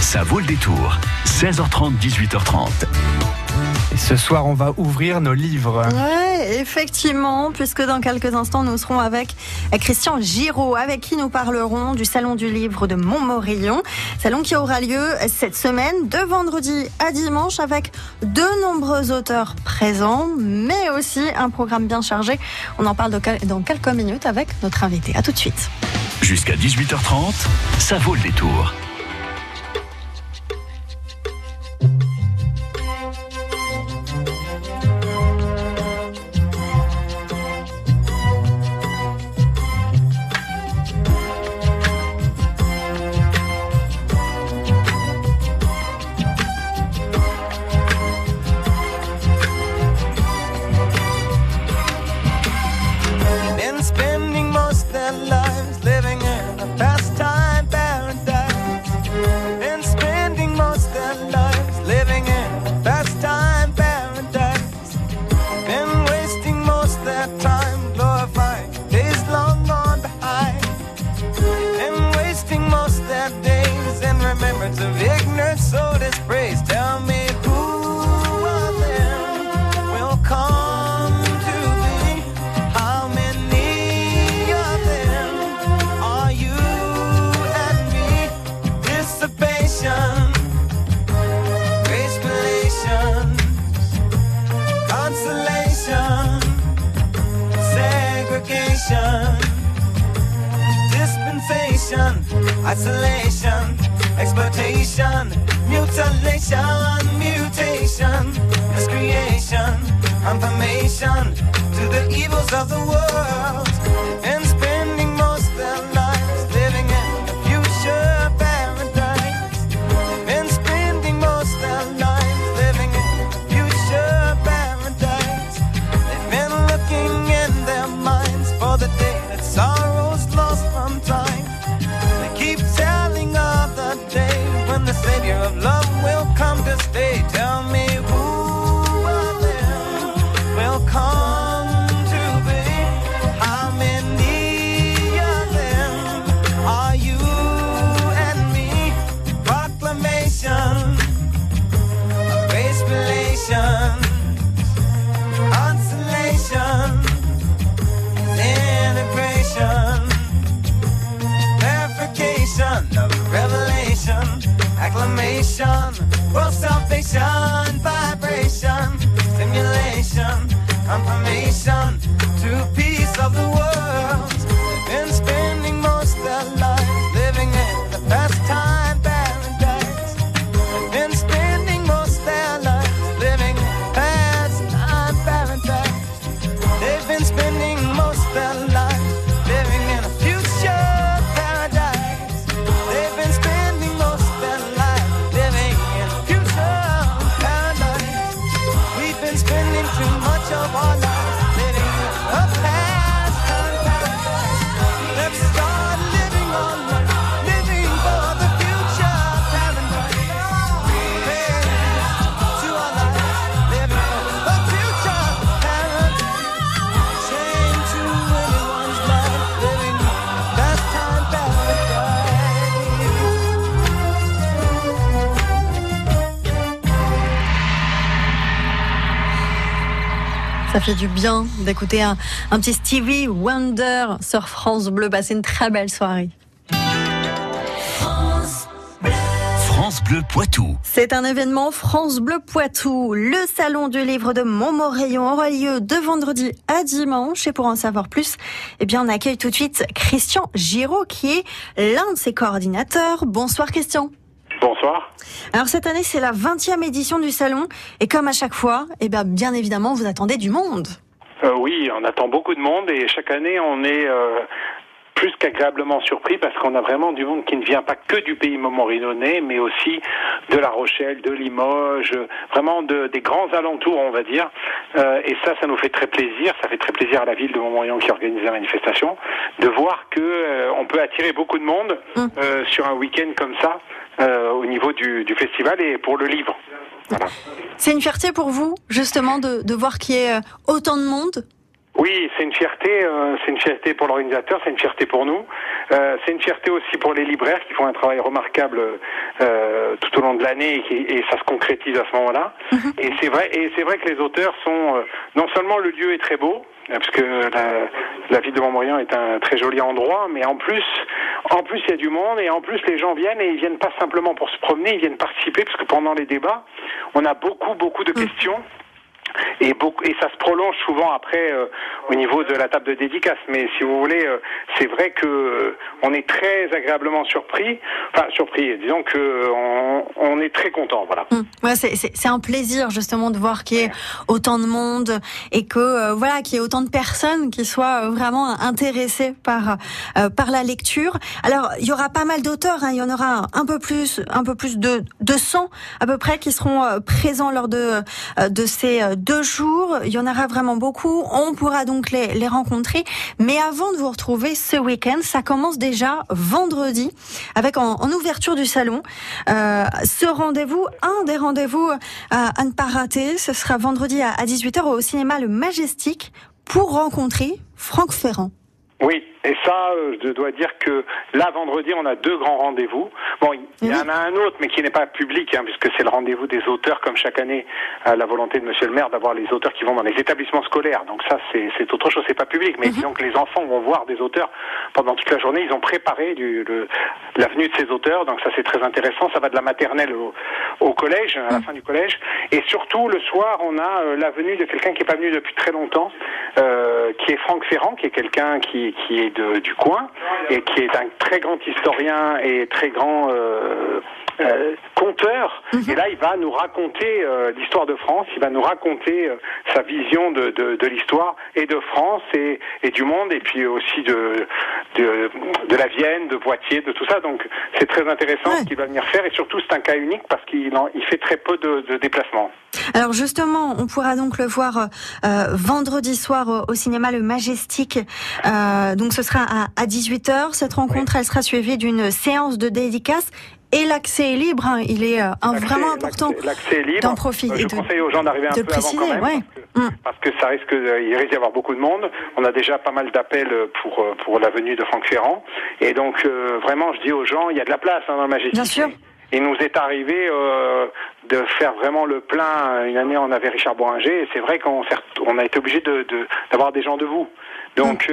Ça vaut le détour. 16h30, 18h30. Et ce soir, on va ouvrir nos livres. Ouais, effectivement, puisque dans quelques instants, nous serons avec Christian Giraud, avec qui nous parlerons du Salon du Livre de Montmorillon. Salon qui aura lieu cette semaine, de vendredi à dimanche, avec de nombreux auteurs présents, mais aussi un programme bien chargé. On en parle dans quelques minutes avec notre invité. À tout de suite. Jusqu'à 18h30, ça vaut le détour. Isolation, exploitation, mutilation, mutation, miscreation, confirmation to the evils of the world, and spending most of their lives living in a future paradise, and spending most of their lives living in a future paradise. They've been looking in their minds for the day that sorrow's lost from time. Keep telling of the day when the Savior of love will come to stay. Tell me who of them will come to be? How many of them are you and me? Proclamation of grace, relations, consolation, integration, of revelation, acclamation, world salvation, vibration, stimulation, confirmation to peace of the world. They've been spending most of their lives living in the pastime paradise. They've been spending most of their lives living in pastime paradise. They've been spending most of their lives living in a future. Of our lives living in a pastime paradise. Let's start living on life, living for the future paradise. To our lives, living for the future paradise. Chained to anyone's life, living in a pastime paradise. Ça fait du bien d'écouter un petit Stevie Wonder sur France Bleu. Passez une très belle soirée. France Bleu Poitou. C'est un événement France Bleu Poitou. Le Salon du Livre de Montmorillon aura lieu de vendredi à dimanche. Et pour en savoir plus, on accueille tout de suite Christian Giraud, qui est l'un de ses coordinateurs. Bonsoir Christian. Bonsoir. Alors cette année, c'est la 20e édition du salon. Et comme à chaque fois, bien évidemment, vous attendez du monde. Oui, on attend beaucoup de monde et chaque année, on est plus qu'agréablement surpris parce qu'on a vraiment du monde qui ne vient pas que du pays montmorillonnais, mais aussi de La Rochelle, de Limoges, vraiment des grands alentours, on va dire. Et ça nous fait très plaisir. Ça fait très plaisir à la ville de Montmorillon qui organise la manifestation de voir que on peut attirer beaucoup de monde sur un week-end comme ça. Au niveau du festival et pour le livre. Voilà. C'est une fierté pour vous, justement, de voir qu'il y ait autant de monde ? Oui, c'est une fierté pour l'organisateur, c'est une fierté pour nous, c'est une fierté aussi pour les libraires qui font un travail remarquable tout au long de l'année et ça se concrétise à ce moment-là. Et c'est vrai que les auteurs sont non seulement le lieu est très beau, parce que la ville de Montmorillon est un très joli endroit, mais en plus il y a du monde et en plus les gens viennent et ils viennent pas simplement pour se promener, ils viennent participer parce que pendant les débats, on a beaucoup de questions. Et ça se prolonge souvent après au niveau de la table de dédicace. Mais si vous voulez, c'est vrai que on est très agréablement surpris. Enfin surpris. Disons que on est très content. Voilà. Ouais, c'est un plaisir justement de voir qu'il y ait autant de monde et que voilà qu'il y ait autant de personnes qui soient vraiment intéressées par la lecture. Alors il y aura pas mal d'auteurs. Il y en aura un peu plus de 100 à peu près qui seront présents lors de ces 2 jours, il y en aura vraiment beaucoup. On pourra donc les rencontrer. Mais avant de vous retrouver ce week-end, ça commence déjà vendredi avec en ouverture du salon. Ce rendez-vous, un des rendez-vous à ne pas rater, ce sera vendredi à 18h au cinéma Le Majestic pour rencontrer Franck Ferrand. Oui, et ça, je dois dire que là, vendredi, on a 2 grands rendez-vous. Bon, il y en a un autre, mais qui n'est pas public, puisque c'est le rendez-vous des auteurs, comme chaque année, à la volonté de Monsieur le maire d'avoir les auteurs qui vont dans les établissements scolaires. Donc ça, c'est autre chose, c'est pas public. Mais disons que les enfants vont voir des auteurs pendant toute la journée. Ils ont préparé la venue de ces auteurs, donc ça, c'est très intéressant. Ça va de la maternelle au collège, à la fin du collège. Et surtout, le soir, on a la venue de quelqu'un qui est pas venu depuis très longtemps, qui est Franck Ferrand, qui est quelqu'un qui est du coin et qui est un très grand historien et très grand conteur. Et là, il va nous raconter l'histoire de France. Il va nous raconter sa vision de l'histoire et de France et du monde, et puis aussi de la Vienne, de Poitiers, de tout ça. Donc, c'est très intéressant ce qu'il va venir faire, et surtout, c'est un cas unique parce qu'il fait très peu de déplacements. Alors justement, on pourra donc le voir vendredi soir au cinéma Le Majestic. Donc ce sera à 18h. Cette rencontre, elle sera suivie d'une séance de dédicace. Et l'accès est libre, il est vraiment important d'en profiter. Je conseille aux gens d'arriver un peu préciser, avant quand même, parce que ça il risque d'y avoir beaucoup de monde. On a déjà pas mal d'appels pour la venue de Franck Ferrand. Et donc vraiment, je dis aux gens, il y a de la place dans le Majestic. Bien sûr. Il nous est arrivé de faire vraiment le plein. Une année, on avait Richard Bohringer, et c'est vrai qu'on a été obligé d'avoir des gens debout. Donc,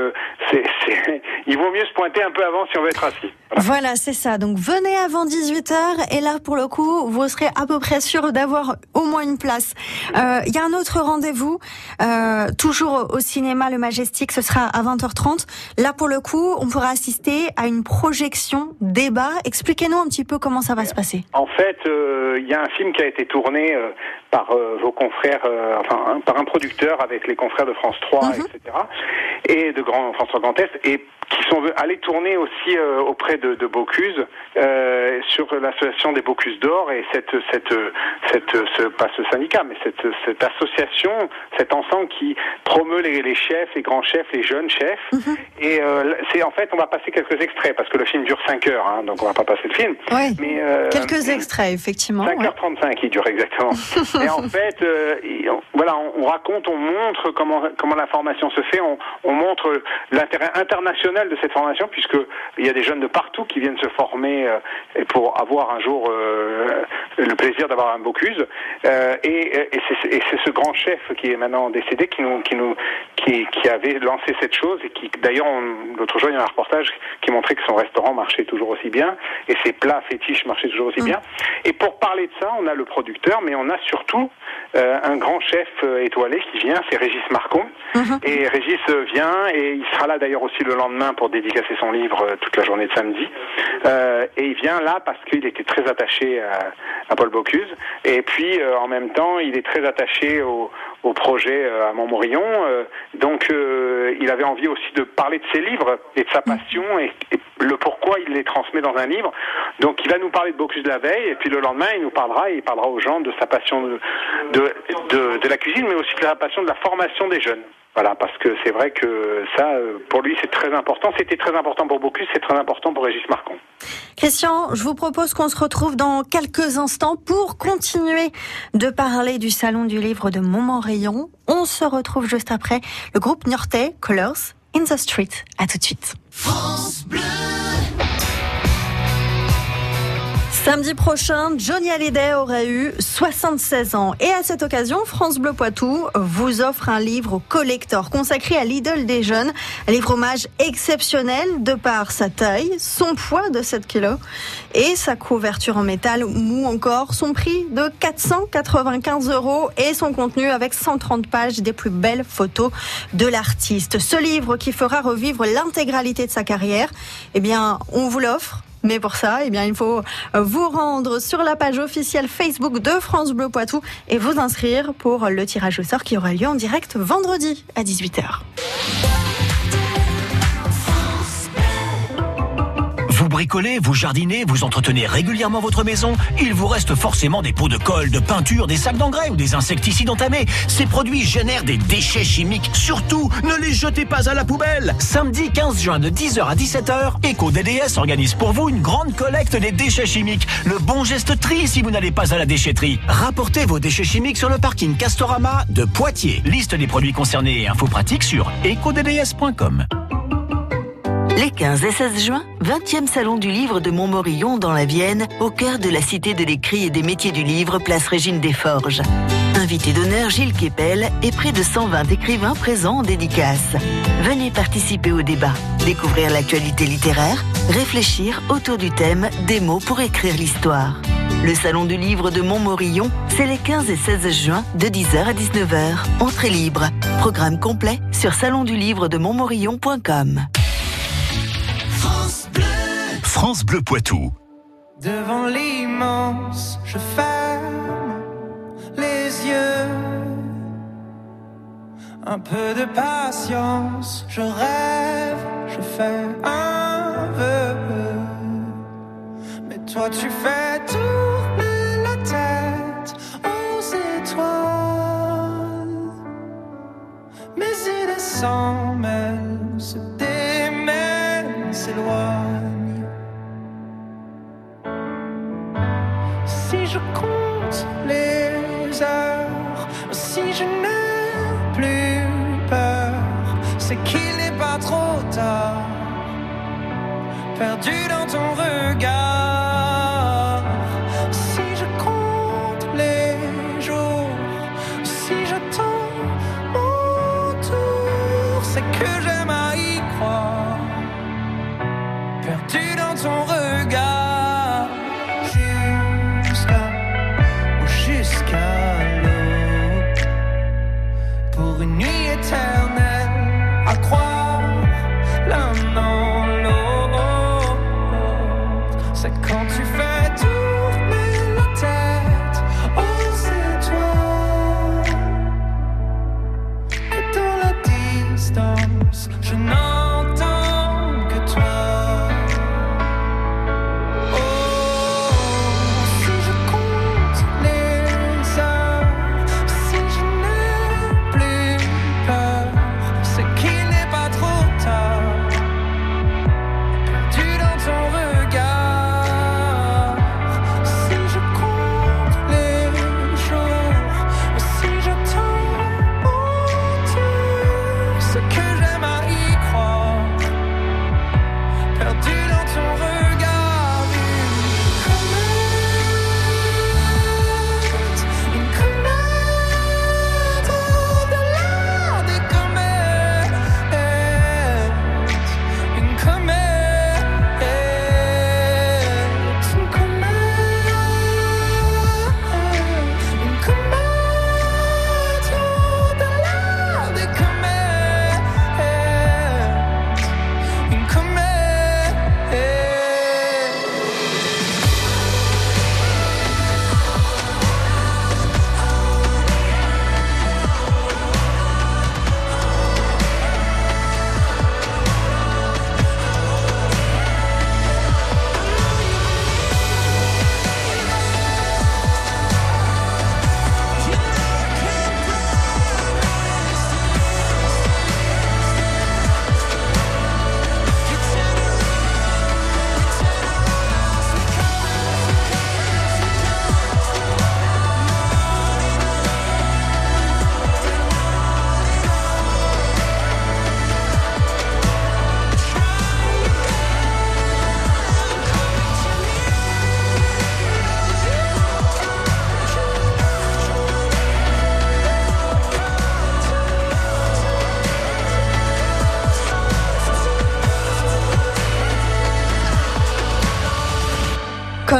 il vaut mieux se pointer un peu avant si on veut être assis. Voilà, c'est ça. Donc, venez avant 18h, et là, pour le coup, vous serez à peu près sûr d'avoir au moins une place. Il y a un autre rendez-vous, toujours au cinéma Le Majestic, ce sera à 20h30. Là, pour le coup, on pourra assister à une projection débat. Expliquez-nous un petit peu comment ça va se passer. En fait, il y a un film qui a été tourné par vos confrères, par un producteur avec les confrères de France 3, etc. et de France 3 Grand Est, et qui sont allés tourner aussi auprès de Bocuse sur l'association des Bocuse d'Or, et pas ce syndicat, mais cette association, cet ensemble qui promeut les chefs, les grands chefs, les jeunes chefs. Et en fait, on va passer quelques extraits parce que le film dure 5 heures, donc on va pas passer le film. Oui. Mais quelques extraits, effectivement. 5h35, il dure exactement. Et en fait, on raconte, on montre comment la formation se fait, on montre l'intérêt international de cette formation, puisque il y a des jeunes de partout qui viennent se former pour avoir un jour le plaisir d'avoir un Bocuse. Et c'est ce grand chef qui est maintenant décédé qui avait lancé cette chose, et qui d'ailleurs l'autre jour il y a un reportage qui montrait que son restaurant marchait toujours aussi bien et ses plats fétiches marchaient toujours aussi bien. Et pour parler de ça, on a le producteur, mais on a surtout un grand chef étoilé qui vient, c'est Régis Marcon. Et Régis vient, et il sera là d'ailleurs aussi le lendemain pour dédicacer son livre toute la journée de samedi. Et il vient là parce qu'il était très attaché à Paul Bocuse, et puis en même temps il est très attaché au projet à Montmorillon, donc il avait envie aussi de parler de ses livres et de sa passion et le pourquoi il les transmet dans un livre. Donc il va nous parler de Bocuse de la veille, et puis le lendemain il parlera aux gens de sa passion de la cuisine, mais aussi de la passion de la formation des jeunes. Voilà, parce que c'est vrai que ça, pour lui, c'est très important. C'était très important pour Bocuse, c'est très important pour Régis Marcon. Christian, je vous propose qu'on se retrouve dans quelques instants pour continuer de parler du Salon du Livre de Montmorillon. On se retrouve juste après le groupe niortais Colors in the Street. À tout de suite. France Bleu. Samedi prochain, Johnny Hallyday aurait eu 76 ans. Et à cette occasion, France Bleu Poitou vous offre un livre collector consacré à l'idole des jeunes. Un livre hommage exceptionnel de par sa taille, son poids de 7 kilos et sa couverture en métal ou encore son prix de 495 € et son contenu avec 130 pages des plus belles photos de l'artiste. Ce livre qui fera revivre l'intégralité de sa carrière, eh bien, on vous l'offre. Mais pour ça, eh bien, il faut vous rendre sur la page officielle Facebook de France Bleu Poitou et vous inscrire pour le tirage au sort qui aura lieu en direct vendredi à 18h. Vous bricolez, vous jardinez, vous entretenez régulièrement votre maison. Il vous reste forcément des pots de colle, de peinture, des sacs d'engrais ou des insecticides entamés. Ces produits génèrent des déchets chimiques. Surtout, ne les jetez pas à la poubelle. Samedi 15 juin de 10h à 17h, EcoDDS organise pour vous une grande collecte des déchets chimiques. Le bon geste tri si vous n'allez pas à la déchetterie. Rapportez vos déchets chimiques sur le parking Castorama de Poitiers. Liste des produits concernés et infos pratiques sur ecodds.com. Les 15 et 16 juin, 20e Salon du Livre de Montmorillon dans la Vienne, au cœur de la Cité de l'écrit et des métiers du livre, place Régine Desforges. Invité d'honneur Gilles Kepel et près de 120 écrivains présents en dédicace. Venez participer au débat, découvrir l'actualité littéraire, réfléchir autour du thème « Des mots pour écrire l'histoire ». Le Salon du Livre de Montmorillon, c'est les 15 et 16 juin de 10h à 19h. Entrée libre. Programme complet sur salonduLivre-de-montmorillon.com. France Bleu Poitou. Devant l'immense, je ferme les yeux. Un peu de patience, je rêve, je fais un vœu. Mais toi tu fais tourner la tête aux étoiles. Mes idées s'en mêlent, se démêlent, s'éloignent. Si je compte les heures, si je n'ai plus peur, c'est qu'il n'est pas trop tard. Perdu dans ton regard. Si je compte les jours, si j'attends mon tour, c'est que j'aime à y croire. Perdu dans ton regard. Jusqu'à l'aube, pour une nuit éternelle, à croire l'un dans l'autre, c'est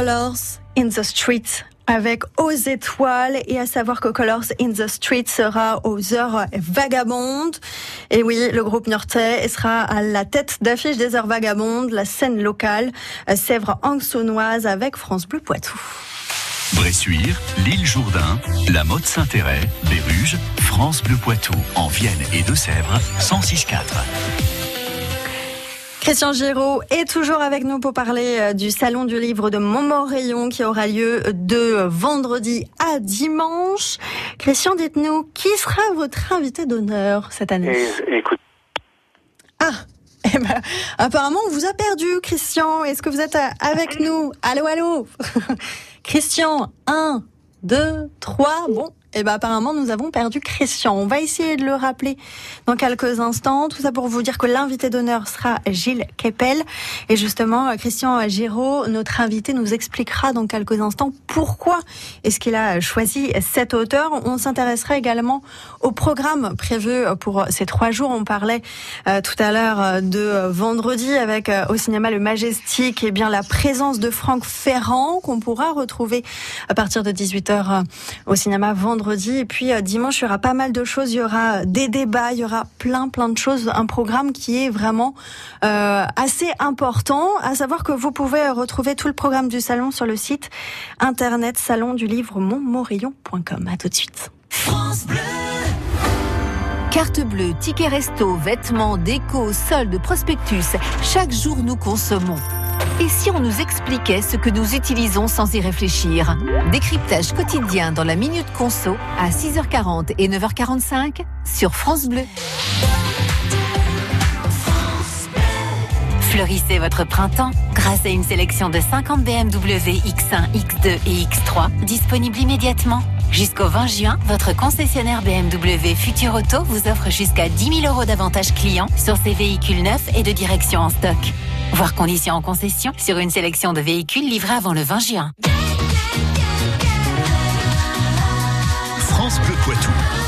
Colors in the Street avec Aux Étoiles, et à savoir que Colors in the Street sera aux Heures Vagabondes. Et oui, le groupe niortais sera à la tête d'affiche des Heures Vagabondes, la scène locale Sèvres-Anxonnoise avec France Bleu Poitou. Bressuire, l'île Jourdain, la Motte Saint-Héret, Béruges, France Bleu Poitou, en Vienne et Deux-Sèvres, 106.4. Christian Giraud est toujours avec nous pour parler du Salon du Livre de Montmorillon qui aura lieu de vendredi à dimanche. Christian, dites-nous, qui sera votre invité d'honneur cette année ? Écoute. Apparemment, on vous a perdu, Christian. Est-ce que vous êtes avec nous ? Allô, allô. Christian, 1, 2, 3, bon. Apparemment, nous avons perdu Christian. On va essayer de le rappeler dans quelques instants. Tout ça pour vous dire que l'invité d'honneur sera Gilles Kepel. Et justement, Christian Giraud, notre invité, nous expliquera dans quelques instants pourquoi est-ce qu'il a choisi cet auteur. On s'intéressera également au programme prévu pour ces 3 jours. On parlait tout à l'heure de vendredi avec au cinéma Le Majestic, et bien la présence de Franck Ferrand qu'on pourra retrouver à partir de 18h au cinéma vendredi. Et puis dimanche, il y aura pas mal de choses. Il y aura des débats, il y aura plein de choses. Un programme qui est vraiment assez important. À savoir que vous pouvez retrouver tout le programme du salon sur le site internet salondulivre-montmorillon.com. À tout de suite. France Bleu. Carte bleue, ticket resto, vêtements, déco, soldes, prospectus. Chaque jour, nous consommons. Et si on nous expliquait ce que nous utilisons sans y réfléchir ? Décryptage quotidien dans la Minute Conso à 6h40 et 9h45 sur France Bleu. Fleurissez votre printemps grâce à une sélection de 50 BMW X1, X2 et X3 disponibles immédiatement. Jusqu'au 20 juin, votre concessionnaire BMW Futur Auto vous offre jusqu'à 10 000 € d'avantages clients sur ses véhicules neufs et de direction en stock. Voir conditions en concession sur une sélection de véhicules livrés avant le 20 juin. France Bleu Poitou.